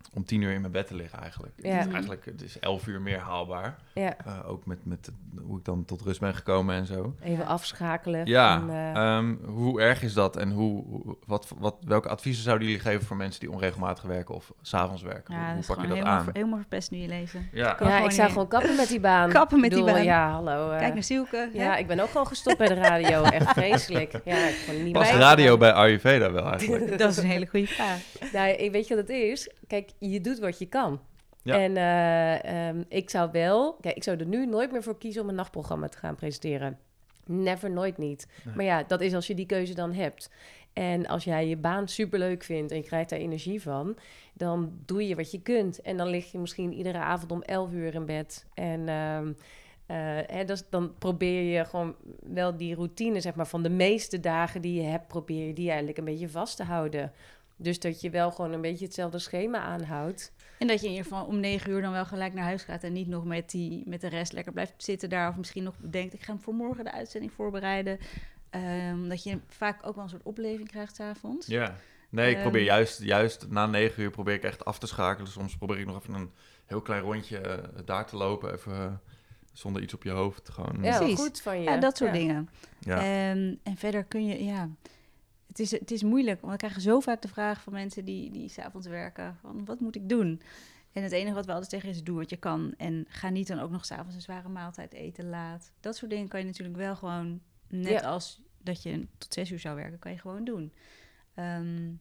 om tien uur in mijn bed te liggen eigenlijk. Ja. Het is eigenlijk het is elf uur meer haalbaar. Ja, Uh, ook met, met hoe ik dan tot rust ben gekomen en zo. even afschakelen. Ja, En, uh, um, hoe erg is dat en hoe, hoe, wat, wat, welke adviezen zouden jullie geven voor mensen die onregelmatig werken of 's avonds werken? Ja, hoe dat hoe is pak je gewoon dat helemaal, aan? ver- helemaal verpest nu je leven. Ja, Kan ja, gewoon ik zou niet. gewoon kappen met die baan. Kappen met Ik bedoel, die baan. Ja, hallo. uh, Kijk naar Silke. hè? Ja, ik ben ook gewoon gestopt bij de radio. Echt vreselijk. Ja, ik kon niet past bij. radio bij Ayurveda wel eigenlijk? Dat is een hele goede vraag. Nou, ik weet je wat het is? Kijk, je doet wat je kan. Ja. En uh, um, ik zou wel... Kijk, ik zou er nu nooit meer voor kiezen om een nachtprogramma te gaan presenteren. Never, nooit niet. Nee. Maar ja, dat is als je die keuze dan hebt. En als jij je baan superleuk vindt en je krijgt daar energie van, dan doe je wat je kunt. En dan lig je misschien iedere avond om elf uur in bed. En um, uh, hè, dus dan probeer je gewoon wel die routine, zeg maar, van de meeste dagen die je hebt, probeer je die eigenlijk een beetje vast te houden. Dus dat je wel gewoon een beetje hetzelfde schema aanhoudt. En dat je in ieder geval om negen uur dan wel gelijk naar huis gaat en niet nog met, die, met de rest lekker blijft zitten daar. Of misschien nog bedenkt, ik ga hem voor morgen de uitzending voorbereiden. Um, dat je vaak ook wel een soort opleving krijgt 's avonds. Ja, nee, ik Um, probeer juist, juist na negen uur probeer ik echt af te schakelen. Soms probeer ik nog even een heel klein rondje uh, daar te lopen, even uh, zonder iets op je hoofd. Gewoon, Ja, Precies. goed van je. Ja, dat soort Ja. dingen. ja. En, en verder kun je, ja... Het is, het is moeilijk, want we krijgen zo vaak de vraag van mensen die, die 's avonds werken, van wat moet ik doen? En het enige wat we altijd zeggen is, doe wat je kan. En ga niet dan ook nog 's avonds een zware maaltijd eten laat. Dat soort dingen kan je natuurlijk wel gewoon, net Ja. als dat je tot zes uur zou werken, kan je gewoon doen. Um,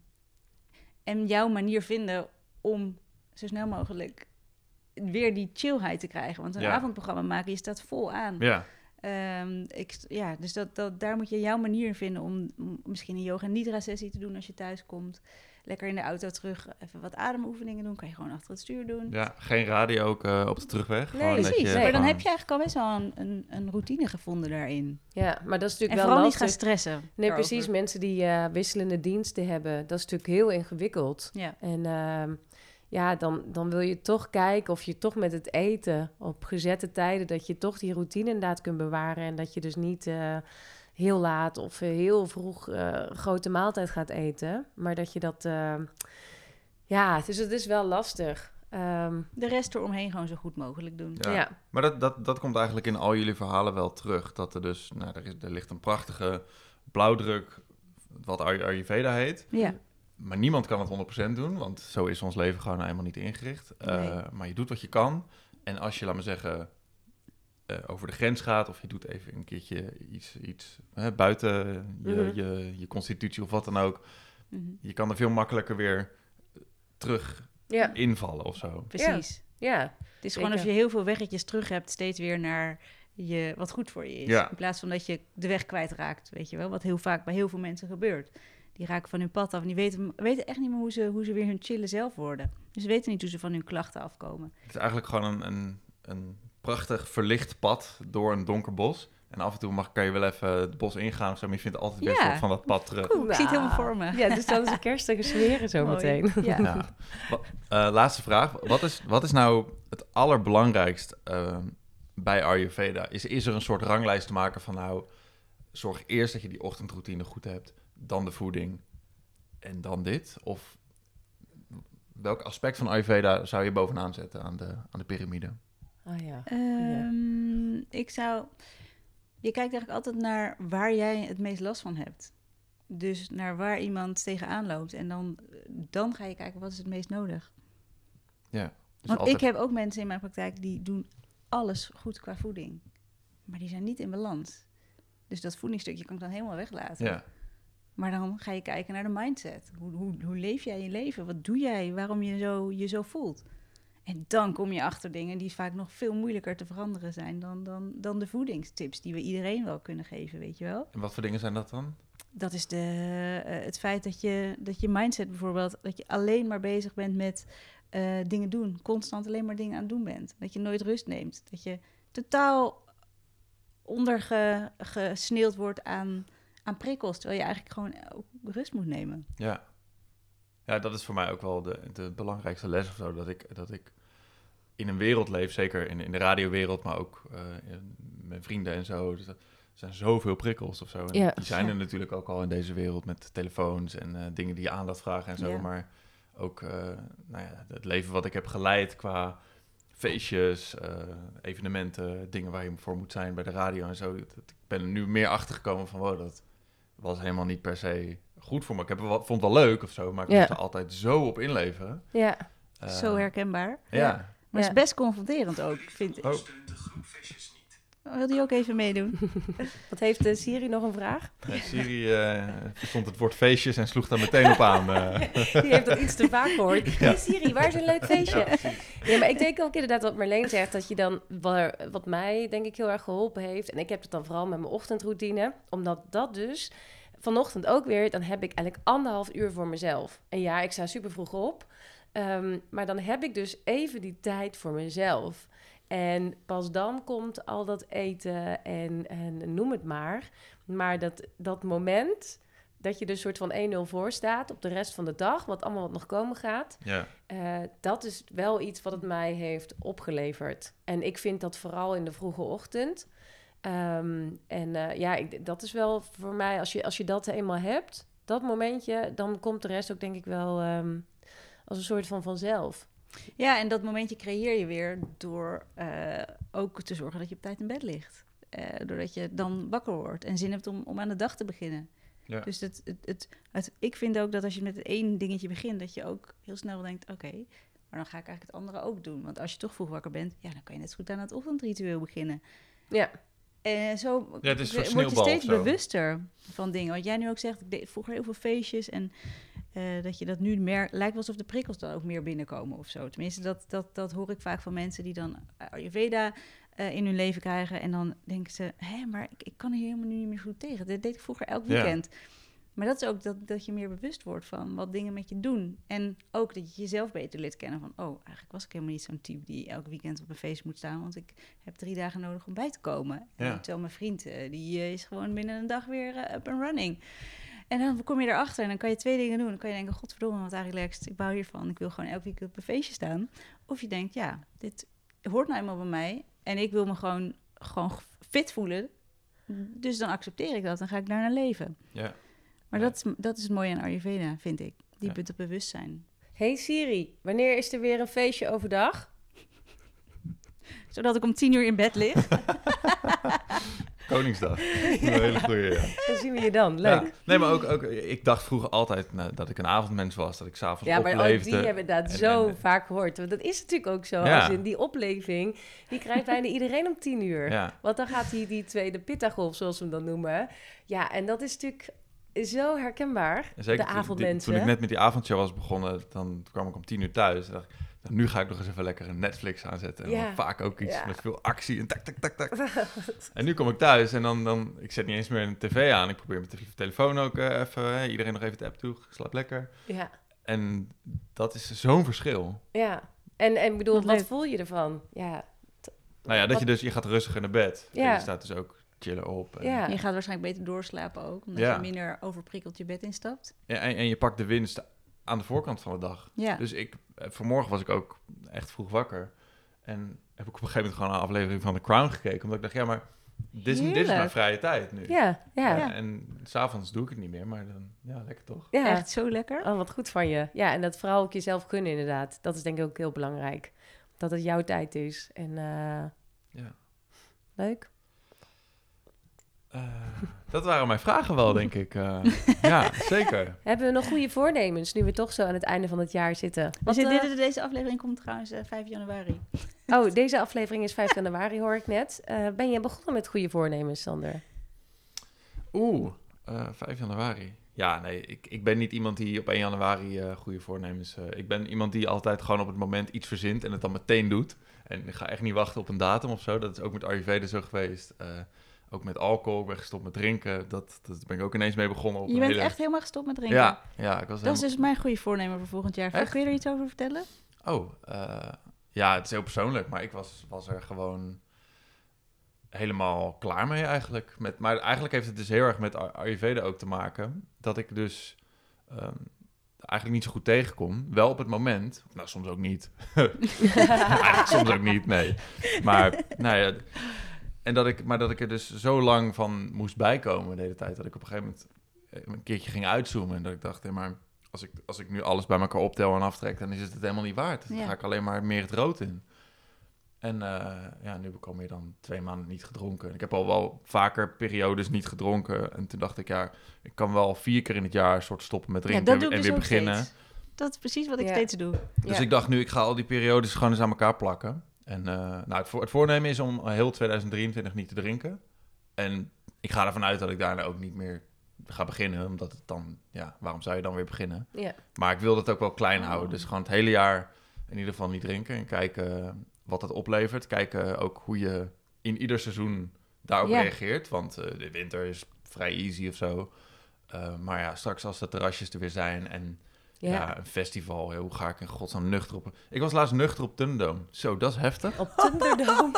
en jouw manier vinden om zo snel mogelijk weer die chillheid te krijgen. Want een Ja. avondprogramma maken, je staat vol aan. ja. Um, ik, ja, dus dat, dat, daar moet je jouw manier in vinden om, om misschien een yoga nidra sessie te doen als je thuis komt. Lekker in de auto terug, even wat ademoefeningen doen. Kan je gewoon achter het stuur doen. Ja, geen radio ook uh, op de terugweg. Nee, Gewoon dat Precies, je maar dan gewoon- heb je eigenlijk al best wel een, een, een routine gevonden daarin. Ja, maar dat is En natuurlijk vooral wel niet gaan lastig. stressen. Nee, daarover. precies. Mensen die uh, wisselende diensten hebben, dat is natuurlijk heel ingewikkeld. Ja. En uh, ja, dan, dan wil je toch kijken of je toch met het eten op gezette tijden, dat je toch die routine inderdaad kunt bewaren. En dat je dus niet uh, heel laat of uh, heel vroeg uh, een grote maaltijd gaat eten. Maar dat je dat... Uh, ja, dus het is wel lastig. Um, De rest eromheen gewoon zo goed mogelijk doen. Ja. ja. Maar dat, dat, dat komt eigenlijk in al jullie verhalen wel terug. Dat er dus, nou, er, is, er ligt een prachtige blauwdruk, wat Ay- Ayurveda heet. Ja. Maar niemand kan het honderd procent doen, want zo is ons leven gewoon helemaal niet ingericht. Uh, Nee. Maar je doet wat je kan. En als je, laat maar zeggen, uh, over de grens gaat, of je doet even een keertje iets, iets hè, buiten je, Mhm. je, je constitutie of wat dan ook, Mm-hmm. je kan er veel makkelijker weer terug Ja. invallen of zo. Precies. Ja. Het is gewoon als je heel veel weggetjes terug hebt, steeds weer naar je, wat goed voor je is. Ja. In plaats van dat je de weg kwijtraakt, weet je wel. Wat heel vaak bij heel veel mensen gebeurt. Die raken van hun pad af en die weten, weten echt niet meer hoe ze, hoe ze weer hun chille zelf worden. Dus ze weten niet hoe ze van hun klachten afkomen. Het is eigenlijk gewoon een, een, een prachtig verlicht pad door een donker bos. En af en toe mag, kan je wel even het bos ingaan of zo, maar je vindt altijd weer Ja. soort van dat pad terug. Cool, ik zie het helemaal voor me. Ja, dus dat is een kerstige smeren zo Mooi. meteen. Ja. Ja. Wa- uh, laatste vraag. Wat is, wat is nou het allerbelangrijkst uh, bij Ayurveda? Is, is er een soort ranglijst te maken van nou, zorg eerst dat je die ochtendroutine goed hebt, dan de voeding en dan dit? Of welk aspect van Ayurveda zou je bovenaan zetten aan de, aan de piramide? Ah ja. Um, ik zou... Je kijkt eigenlijk altijd naar waar jij het meest last van hebt. Dus naar waar iemand tegenaan loopt. En dan, dan ga je kijken, wat is het meest nodig? Ja. Dus Want altijd... ik heb ook mensen in mijn praktijk die doen alles goed qua voeding. Maar die zijn niet in balans. Dus dat voedingsstukje kan ik dan helemaal weglaten. Ja. Maar dan ga je kijken naar de mindset. Hoe, hoe, hoe leef jij je leven? Wat doe jij? Waarom je zo, je zo voelt? En dan kom je achter dingen die vaak nog veel moeilijker te veranderen zijn dan, dan, dan de voedingstips die we iedereen wel kunnen geven, weet je wel? En wat voor dingen zijn dat dan? Dat is de, uh, het feit dat je, dat je mindset bijvoorbeeld, dat je alleen maar bezig bent met uh, dingen doen. Constant alleen maar dingen aan het doen bent. Dat je nooit rust neemt. Dat je totaal ondergesneeuwd wordt aan, aan prikkels, terwijl je eigenlijk gewoon ook rust moet nemen. Ja. Ja, dat is voor mij ook wel de, de belangrijkste les of zo. Dat ik, dat ik in een wereld leef, zeker in, in de radiowereld, maar ook uh, met vrienden en zo. Dus er zijn zoveel prikkels of zo. En Ja. die zijn er natuurlijk ook al in deze wereld met telefoons en uh, dingen die je aandacht vragen en zo. Ja. Maar ook uh, nou ja, het leven wat ik heb geleid qua feestjes, uh, evenementen, dingen waar je voor moet zijn bij de radio en zo. Dat, ik ben er nu meer achter gekomen van, wow, dat was helemaal niet per se goed voor me. Ik heb het wel, vond het wel leuk of zo, maar ik Ja. moest er altijd zo op inleveren. Ja. Uh, Zo herkenbaar. Ja. Ja. Maar Ja. het is best confronterend ook, vind ik. Oh. Wil die ook even meedoen? Wat heeft uh, Siri nog een vraag? Nee, Siri uh, verstond het woord feestjes en sloeg daar meteen op aan. Uh. Die heeft dat iets te vaak gehoord. Ja. Hey Siri, waar is een leuk feestje? Ja, Ja, maar ik denk ook inderdaad wat Marleen zegt, dat je dan, waar, wat mij denk ik heel erg geholpen heeft, en ik heb het dan vooral met mijn ochtendroutine, omdat dat dus, vanochtend ook weer, dan heb ik eigenlijk anderhalf uur voor mezelf. En ja, ik sta super vroeg op, um, maar dan heb ik dus even die tijd voor mezelf. En pas dan komt al dat eten en, en noem het maar. Maar dat, dat moment dat je dus soort van één nul voor staat op de rest van de dag, wat allemaal wat nog komen gaat. Ja. Uh, dat is wel iets wat het mij heeft opgeleverd. En ik vind dat vooral in de vroege ochtend. Um, en uh, ja, ik, dat is wel voor mij, als je, als je dat eenmaal hebt, dat momentje, dan komt de rest ook denk ik wel um, als een soort van vanzelf. Ja, en dat momentje creëer je weer door uh, ook te zorgen dat je op tijd in bed ligt. Uh, doordat je dan wakker wordt en zin hebt om, om aan de dag te beginnen. Ja. Dus het, het, het, het, ik vind ook dat als je met het één dingetje begint, dat je ook heel snel denkt, oké, okay, maar dan ga ik eigenlijk het andere ook doen. Want als je toch vroeg wakker bent, ja, dan kan je net zo goed aan het ochtendritueel beginnen. Ja. En zo ja, het is word je steeds bewuster van dingen. Wat jij nu ook zegt, ik deed vroeger heel veel feestjes en uh, dat je dat nu meer lijkt wel alsof de prikkels dan ook meer binnenkomen of zo. Tenminste, dat, dat, dat hoor ik vaak van mensen die dan Ayurveda uh, in hun leven krijgen en dan denken ze, hé, maar ik, ik kan hier helemaal nu niet meer goed tegen. Dat deed ik vroeger elk weekend. Ja. Maar dat is ook dat, dat je meer bewust wordt van wat dingen met je doen. En ook dat je jezelf beter leert kennen van, oh, eigenlijk was ik helemaal niet zo'n type die elk weekend op een feest moet staan, want ik heb drie dagen nodig om bij te komen. Ja. En terwijl mijn vriend, uh, die uh, is gewoon binnen een dag weer uh, up and running. En dan kom je erachter en dan kan je twee dingen doen. Dan kan je denken, godverdomme, wat eigenlijk relaxed. Ik bouw hiervan, ik wil gewoon elke week op een feestje staan. Of je denkt, ja, dit hoort nou eenmaal bij mij en ik wil me gewoon, gewoon fit voelen. Dus dan accepteer ik dat en ga ik daarnaar leven. Ja. Maar ja. dat, is, dat is het mooie aan Ayurveda, vind ik. Die ja. het bewustzijn. Hey Siri, wanneer is er weer een feestje overdag? Zodat ik om tien uur in bed lig. Koningsdag. Een hele goeie, ja. Dan zien we je dan. Leuk. Ja. Nee, maar ook, ook, ik dacht vroeger altijd nou, dat ik een avondmens was. Dat ik s'avonds ja, opleefde. Ja, maar ook die hebben dat en, zo en, vaak gehoord. Want dat is natuurlijk ook zo. Ja. Als in die opleving, die krijgt bijna iedereen om tien uur. Ja. Want dan gaat hij die tweede pitta-golf, zoals we hem dan noemen. Ja, en dat is natuurlijk zo herkenbaar, zeker, de avondmensen. Toen ik net met die avondshow was begonnen, dan kwam ik om tien uur thuis. En dacht ik, nou, nu ga ik nog eens even lekker een Netflix aanzetten. En ja. dan vaak ook iets ja. met veel actie en tak, tak, tak, tak. En nu kom ik thuis en dan, dan, ik zet niet eens meer een tv aan. Ik probeer met de telefoon ook uh, even, hè, iedereen nog even de app toe, ik slaap lekker. Ja. En dat is zo'n verschil. Ja, en ik bedoel, wat, wat voel je ervan? Ja. T- nou ja, dat wat... je dus, je gaat rustiger naar bed. Ja. En je staat dus ook chillen op. En ja. Je gaat waarschijnlijk beter doorslapen ook, omdat ja. je minder overprikkeld je bed instapt. Ja, en, en je pakt de winst aan de voorkant van de dag. Ja. Dus ik, vanmorgen was ik ook echt vroeg wakker. En heb ik op een gegeven moment gewoon een aflevering van The Crown gekeken. Omdat ik dacht, ja, maar dit is, dit is mijn vrije tijd nu. Ja, ja. ja en s'avonds doe ik het niet meer, maar dan, ja, lekker toch? Ja, echt zo lekker. Oh, wat goed van je. Ja, en dat vooral ook jezelf gunnen inderdaad. Dat is denk ik ook heel belangrijk. Dat het jouw tijd is. En uh, ja. Leuk. Uh, dat waren mijn vragen wel, denk ik. Uh, ja, zeker. Hebben we nog goede voornemens, nu we toch zo aan het einde van het jaar zitten? Wat, dus uh, deze aflevering komt trouwens uh, vijf januari. Oh, deze aflevering is vijf januari, hoor ik net. Uh, ben je begonnen met goede voornemens, Sander? Oeh, uh, vijf januari. Ja, nee, ik, ik ben niet iemand die op één januari uh, goede voornemens... Uh, ik ben iemand die altijd gewoon op het moment iets verzint en het dan meteen doet. En ik ga echt niet wachten op een datum of zo. Dat is ook met Ayurveda zo geweest. Uh, Ook met alcohol, ik ben gestopt met drinken. Dat, dat ben ik ook ineens mee begonnen. Op je een bent hele... echt helemaal gestopt met drinken? Ja. ja ik was dat helemaal... is dus mijn goede voornemen voor volgend jaar. Echt? Kun je er iets over vertellen? Oh, uh, ja, het is heel persoonlijk. Maar ik was, was er gewoon helemaal klaar mee eigenlijk. Met, maar eigenlijk heeft het dus heel erg met Ayurveda ook te maken. Dat ik dus um, eigenlijk niet zo goed tegenkom. Wel op het moment. Nou, soms ook niet. eigenlijk soms ook niet, nee. Maar, nou ja... En dat ik, maar dat ik er dus zo lang van moest bijkomen de hele tijd, dat ik op een gegeven moment een keertje ging uitzoomen en dat ik dacht, hey, maar als ik, als ik nu alles bij elkaar optel en aftrek, dan is het het helemaal niet waard. Dan Ja. ga ik alleen maar meer het rood in. En uh, ja, nu heb ik al meer dan twee maanden niet gedronken. Ik heb al wel vaker periodes niet gedronken. En toen dacht ik, ja, ik kan wel vier keer in het jaar soort stoppen met drinken Ja, dat doe en, ik en dus weer ook beginnen. steeds. Dat is precies wat ik Ja. steeds doe. Dus Ja. ik dacht nu, ik ga al die periodes gewoon eens aan elkaar plakken. En uh, nou, het, voor, het voornemen is om heel twintig drieëntwintig niet te drinken. En ik ga ervan uit dat ik daarna ook niet meer ga beginnen. Omdat het dan, ja, waarom zou je dan weer beginnen? Ja. Maar ik wil dat ook wel klein Oh. houden. Dus gewoon het hele jaar in ieder geval niet drinken. En kijken wat het oplevert. Kijken ook hoe je in ieder seizoen daarop Ja. reageert. Want uh, de winter is vrij easy of zo. Uh, maar ja, straks als de terrasjes er weer zijn en Ja. ja, een festival. Ja, hoe ga ik in godsnaam nuchter op... Ik was laatst nuchter op Thunderdome. Zo, dat is heftig. Op Thunderdome.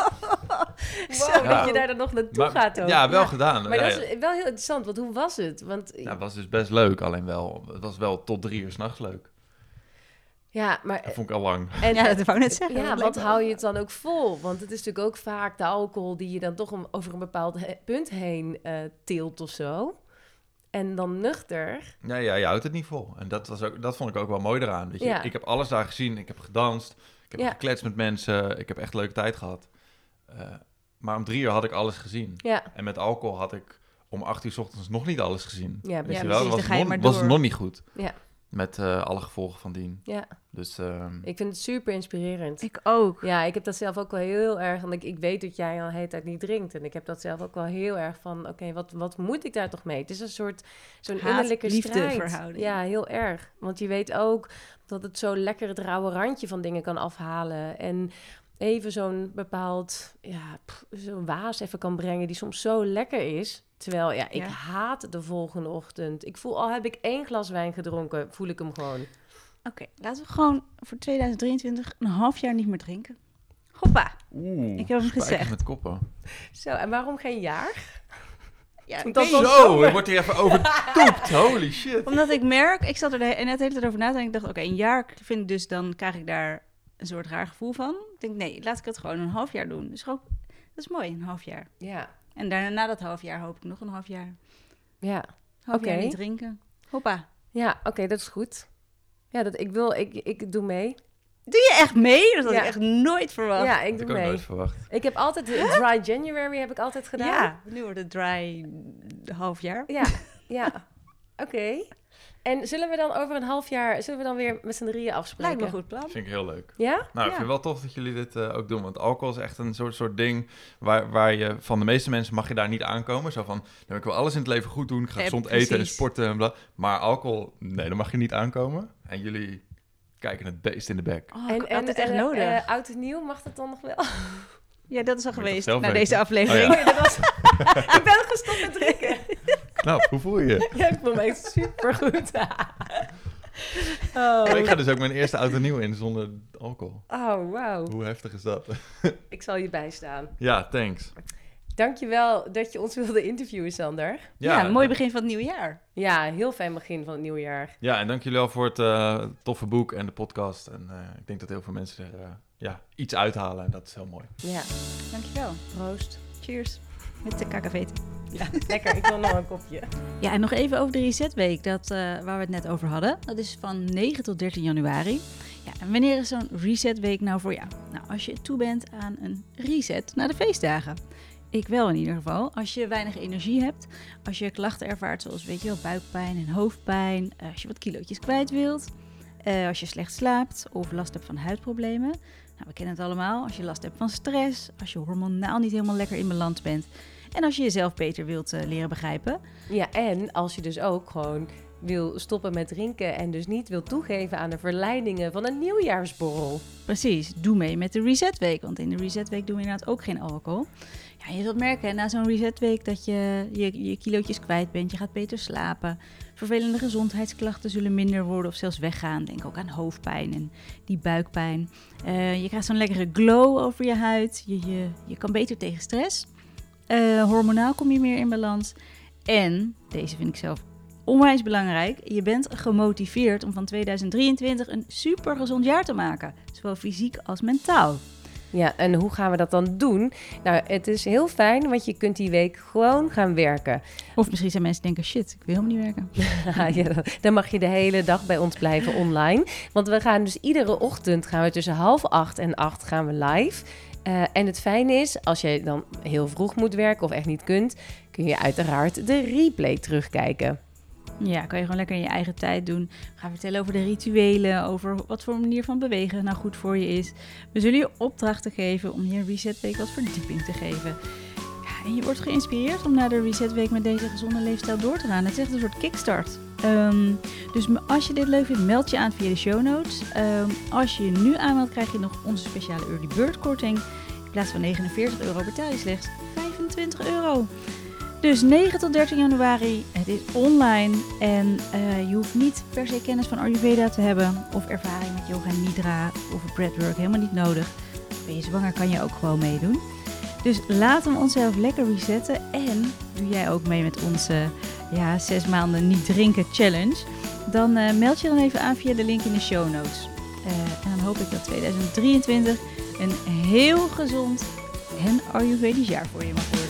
Zo, Wow. dat je daar dan nog naartoe Maar- gaat ook. ja, wel gedaan. Maar Ja, dat is wel heel interessant, want hoe was het? Want ja, het was dus best leuk, alleen wel... Het was wel tot drie uur 's nachts leuk. ja, maar Dat vond ik al lang. en, Ja, dat wou ik net zeggen. ja, Dat wat leek hou wel- je het dan ook vol? Want het is natuurlijk ook vaak de alcohol die je dan toch om, over een bepaald he- punt heen uh, tilt of zo. En dan nuchter. Ja, ja, je houdt het niet vol. En dat, was ook, dat vond ik ook wel mooi eraan. Weet je? Ja. Ik heb alles daar gezien. Ik heb gedanst. Ik heb Ja. gekletst met mensen. Ik heb echt leuke tijd gehad. Uh, maar om drie uur had ik alles gezien. Ja, En met alcohol had ik om acht uur 's ochtends nog niet alles gezien. ja, Weet precies. je wel? precies, Dan was, dan het ga je nog, maar was het door. nog niet goed. Ja. Met uh, alle gevolgen van dien. Ja, Dus uh, ik vind het super inspirerend. Ik ook. Ja, ik heb dat zelf ook wel heel erg. Want ik, ik weet dat jij al de hele tijd niet drinkt. En ik heb dat zelf ook wel heel erg van... Oké, okay, wat, wat moet ik daar toch mee? Het is een soort zo'n innerlijke Haat-liefde strijd. verhouding. Ja, heel erg. Want je weet ook dat het zo lekker het rauwe randje van dingen kan afhalen. En even zo'n bepaald... Ja, pff, zo'n waas even kan brengen die soms zo lekker is. Terwijl, ja, ik Ja. haat de volgende ochtend. Ik voel, al heb ik één glas wijn gedronken, voel ik hem gewoon. Oké, laten we gewoon voor twintig drieëntwintig een half jaar niet meer drinken. Hoppa. Oeh, Ik heb hem spijkers gezegd. met koppen. Zo, en waarom geen jaar? Ja, Dat ik was weet niet. zo- Zo, er wordt hier even overtoept. Holy shit. Omdat ik merk, ik zat er de, he- net de hele tijd over na te denken. Ik dacht, oké, een jaar vind ik dus, dan krijg ik daar een soort raar gevoel van. Ik denk, nee, laat ik het gewoon een half jaar doen. Dus gewoon, dat is mooi, een half jaar. Ja, En daarna, na dat half jaar, hoop ik nog een half jaar. ja. Half Oké. jaar niet drinken. Hoppa. Ja, oké, dat is goed. Ja, dat, ik wil, ik, ik doe mee. Doe je echt mee? Dat had Ja. ik echt nooit verwacht. Ja, ik Had doe ik ook mee. nooit verwacht. Ik heb altijd, dry January heb ik altijd gedaan. Ja, nu wordt het dry half jaar. Ja, ja. Oké. En zullen we dan over een half jaar, zullen we dan weer met z'n drieën afspreken? Lijkt me een goed plan. Vind ik heel leuk. Ja? Nou, ik Ja. vind wel tof dat jullie dit uh, ook doen. Want alcohol is echt een soort, soort ding waar, waar je van de meeste mensen mag je daar niet aankomen. Zo van, nou, ik wil alles in het leven goed doen. Ik ga Ja, gezond eten en precies. sporten en bla. Maar alcohol, nee, daar mag je niet aankomen. En jullie kijken het beest in de bek. Oh, en ik had het echt eh, nodig. eh, oud en nieuw, mag dat dan nog wel? ja, dat is al Moet je geweest toch zelf na weten? deze aflevering. Oh Oh ja, dat was... ik ben gestopt met drinken. Nou, hoe voel je je? Ja, ik voel me echt supergoed. oh. Maar ik ga dus ook mijn eerste oud en nieuw in zonder alcohol. Oh, wauw. Hoe heftig is dat? Ik zal je bijstaan. Ja, thanks. Dankjewel dat je ons wilde interviewen, Sander. Ja, een mooi begin van het nieuwe jaar. Ja, heel fijn begin van het nieuwe jaar. Ja, en dank jullie wel voor het uh, toffe boek en de podcast. En uh, ik denk dat heel veel mensen er uh, ja, iets uithalen en dat is heel mooi. Ja, Dankjewel. proost. Cheers. Met de kakaveten. Ja, lekker. Ik wil nog een kopje. Ja, en nog even over de Resetweek, dat, uh, waar we het net over hadden. Dat is van negen tot dertien januari. Ja, en wanneer is zo'n Resetweek nou voor jou? Nou, als je toe bent aan een reset na de feestdagen. Ik wel in ieder geval. Als je weinig energie hebt, als je klachten ervaart zoals, weet je wel, buikpijn en hoofdpijn, uh, als je wat kilootjes kwijt wilt, uh, als je slecht slaapt of last hebt van huidproblemen. Nou, we kennen het allemaal. Als je last hebt van stress, als je hormonaal niet helemaal lekker in balans bent en als je jezelf beter wilt uh, leren begrijpen. Ja, en als je dus ook gewoon wil stoppen met drinken en dus niet wil toegeven aan de verleidingen van een nieuwjaarsborrel. Precies, doe mee met de Resetweek, want in de Resetweek doen we inderdaad ook geen alcohol. Ja, je zult merken na zo'n Resetweek dat je, je je kilootjes kwijt bent, je gaat beter slapen. Vervelende gezondheidsklachten zullen minder worden of zelfs weggaan. Denk ook aan hoofdpijn en die buikpijn. Uh, je krijgt zo'n lekkere glow over je huid. Je, je, je kan beter tegen stress. Uh, hormonaal kom je meer in balans. En, deze vind ik zelf onwijs belangrijk, je bent gemotiveerd om van tweeduizend drieëntwintig een super gezond jaar te maken. Zowel fysiek als mentaal. Ja, en hoe gaan we dat dan doen? Nou, het is heel fijn, want je kunt die week gewoon gaan werken. Of misschien zijn mensen denken, shit, ik wil helemaal niet werken. Ja, dan, dan mag je de hele dag bij ons blijven online. Want we gaan dus iedere ochtend gaan we tussen half acht en acht gaan we live. Uh, en het fijne is, als je dan heel vroeg moet werken of echt niet kunt, kun je uiteraard de replay terugkijken. Ja, kan je gewoon lekker in je eigen tijd doen. We gaan vertellen over de rituelen, over wat voor manier van bewegen nou goed voor je is. We zullen je opdrachten geven om je Reset-week wat verdieping te geven. Ja, en je wordt geïnspireerd om naar de Reset-week met deze gezonde leefstijl door te gaan. Het is echt een soort kickstart. Um, dus als je dit leuk vindt, meld je aan via de show notes. Um, als je je nu aanmeldt, krijg je nog onze speciale early bird korting. In plaats van negenenveertig euro betaal je slechts vijfentwintig euro. Dus negen tot dertien januari, het is online en uh, je hoeft niet per se kennis van Ayurveda te hebben of ervaring met yoga nidra of breathwork, helemaal niet nodig. Ben je zwanger, kan je ook gewoon meedoen. Dus laten we onszelf lekker resetten en doe jij ook mee met onze ja, zes maanden niet drinken challenge. Dan uh, meld je dan even aan via de link in de show notes. Uh, en dan hoop ik dat tweeduizend drieëntwintig een heel gezond en Ayurvedisch jaar voor je mag worden.